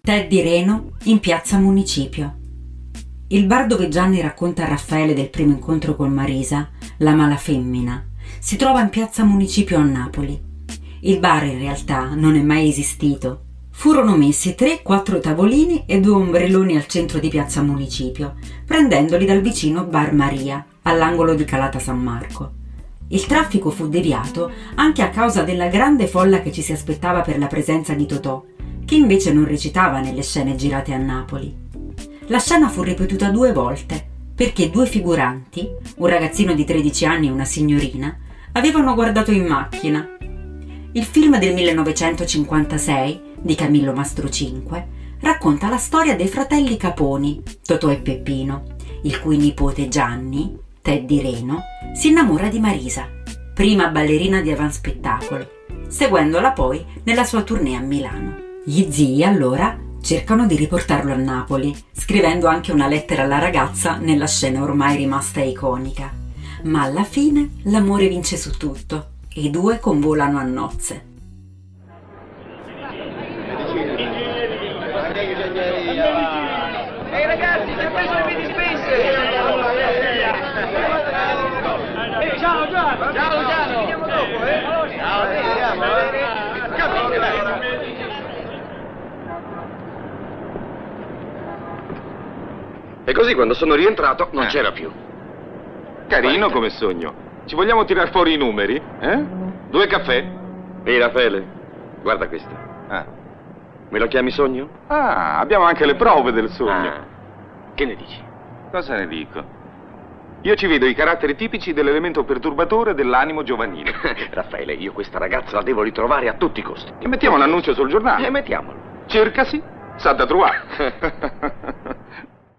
Ted di Reno in piazza Municipio. Il bar dove Gianni racconta a Raffaele del primo incontro con Marisa, la mala femmina, si trova in piazza Municipio a Napoli. Il bar in realtà non è mai esistito. Furono messi 3-4 tavolini e 2 ombrelloni al centro di piazza Municipio, prendendoli dal vicino Bar Maria, all'angolo di Calata San Marco. Il traffico fu deviato anche a causa della grande folla che ci si aspettava per la presenza di Totò, che invece non recitava nelle scene girate a Napoli. La scena fu ripetuta 2 volte, perché 2 figuranti, un ragazzino di 13 anni e una signorina, avevano guardato in macchina. Il film del 1956, di Camillo Mastrocinque, racconta la storia dei fratelli Caponi, Totò e Peppino, il cui nipote Gianni, Ted di Reno, si innamora di Marisa, prima ballerina di avanspettacolo, seguendola poi nella sua tournée a Milano. Gli zii, allora, cercano di riportarlo a Napoli, scrivendo anche una lettera alla ragazza nella scena ormai rimasta iconica. Ma alla fine l'amore vince su tutto e i 2 convolano a nozze. Ehi ragazzi, ti ho preso le mie dispense! Ciao Gianni! Ciao Gianni! Ci vediamo dopo, Ciao, vediamo, Capite, dai! E così quando sono rientrato non c'era più. Carino come sogno. Ci vogliamo tirar fuori i numeri? 2 caffè? Ehi Raffaele, guarda questo. Me lo chiami sogno? Abbiamo anche le prove del sogno. Che ne dici? Cosa ne dico? Io ci vedo i caratteri tipici dell'elemento perturbatore dell'animo giovanile. Raffaele, io questa ragazza la devo ritrovare a tutti i costi. E mettiamo l'annuncio sul giornale. Mettiamolo. Cercasi, Santa Trouà.